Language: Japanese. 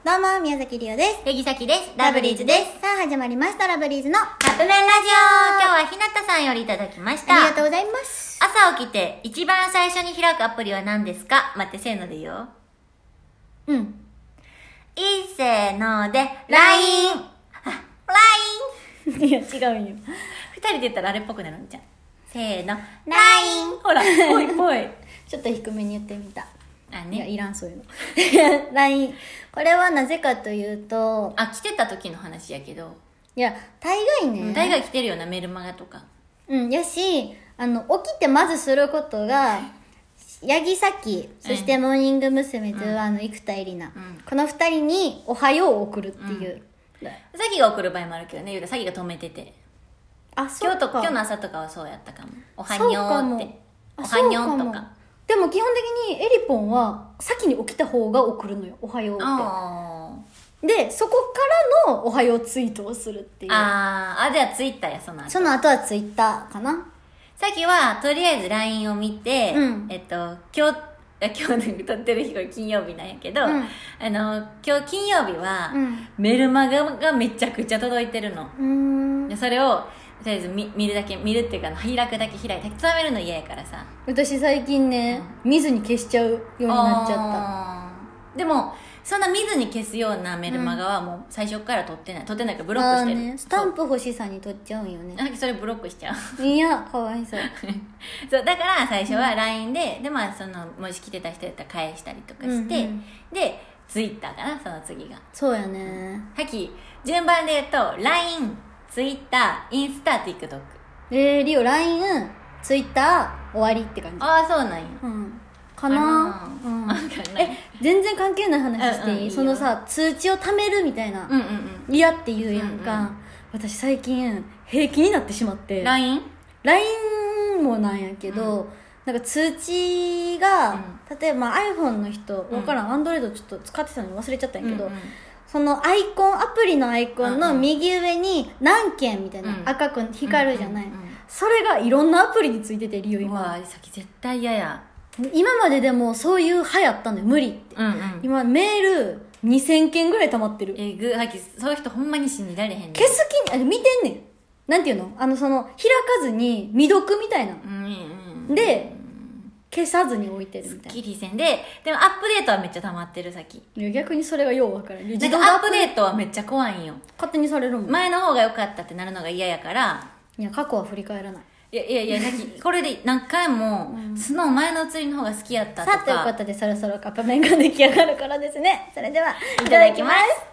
どうも、宮崎りおです。 ヤギサキです。ラブリーズです。 さあ、始まりました。ラブリーズのカップ麺ラジオ。今日はひなたさんよりいただきました。 ありがとうございます。 朝起きて一番最初に開くアプリは何ですか？待って、せーので言おう。 うん。 いいせーので、LINE。LINE。 いや、違うんよ。 二人で言ったらあれっぽくなるんじゃん。せーの、 LINE。 ほら、ぽいぽい。 ちょっと低めに言ってみた。 あいや、 ね。 いらん、そういうの。LINE。これはなぜかというと、 あ、来てた時の話やけど。 いや、大概ね。 大概来てるようなメルマガとか。 うん、やし、起きてまずすることが、ヤギサキ、そしてモーニング娘。ズワの生田絵梨奈、この二人におはようを送るっていう。 さきが送る場合もあるけどね、言うたらさきが止めてて。 あ、そうか。 今日の朝とかはそうやったかも。おはにょーって。おはにょーとか。 でも基本的にエリポンは先に起きた方が送るのよ、おはようって。で、そこからのおはようツイートをするっていう。 じゃあツイッターや、その後。 その後はツイッターかな。 さっきは、とりあえず LINE を見て、 うん今日撮ってる日が金曜日なんやけど、 うん今日金曜日は、 うんメルマガがめちゃくちゃ届いてるの。でそれを、とりあえず見るっていうか、開くだけ開いて、つまめるの嫌やからさ。 私最近ね、見ずに消しちゃうようになっちゃった。 でも、そんな見ずに消すようなメルマガはもう最初から撮ってないからブロックしてる。 ね、スタンプ欲しさに取っちゃうんよね。 さっきそれブロックしちゃう。 いや、かわいそう。 そうだから最初は LINE で、でまあそのもし来てた人やったら返したりとかして、で Twitter かな、その次が。 そうやね。 さっき順番で言うと LINE、Twitter、インスタ、TikTok。 リオ LINE、Twitter、終わりって感じ。 ああ、そうなんや。 かな。全然関係ない話していい？そのさ、通知を貯めるみたいな、嫌って言うやんか。私最近平気になってしまって、 LINE もなんやけど、なんか通知が、例えば iPhone の人分からん、Android ちょっと使ってたの忘れちゃったんやけど、そのアイコン、アプリのアイコンの右上に何件みたいな赤く光るじゃない。それがいろんなアプリについてて、リオ今。 うわ、さっき絶対嫌や。 今まででもそういう流行ったのよ、無理って。今メール2000件ぐらい溜まってる。 さっきそういう人ほんまに信じられへんねん。 消す気に、見てんねん。なんていうの？開かずに未読みたいな。で、消さずに置いてるみたいな。 スッキリせんで、でもアップデートはめっちゃ溜まってる、さっき。 いや、逆にそれがようわからん。 なんかアップデートはめっちゃ怖いんよ。 勝手にされるもん。 前の方が良かったってなるのが嫌やから。 いや、過去は振り返らない。 いや、さっき、これで何回も、その前の写りの方が好きやったとか。 さあ、ということで、そろそろカップ麺が出来上がるからですね。それでは、いただきます。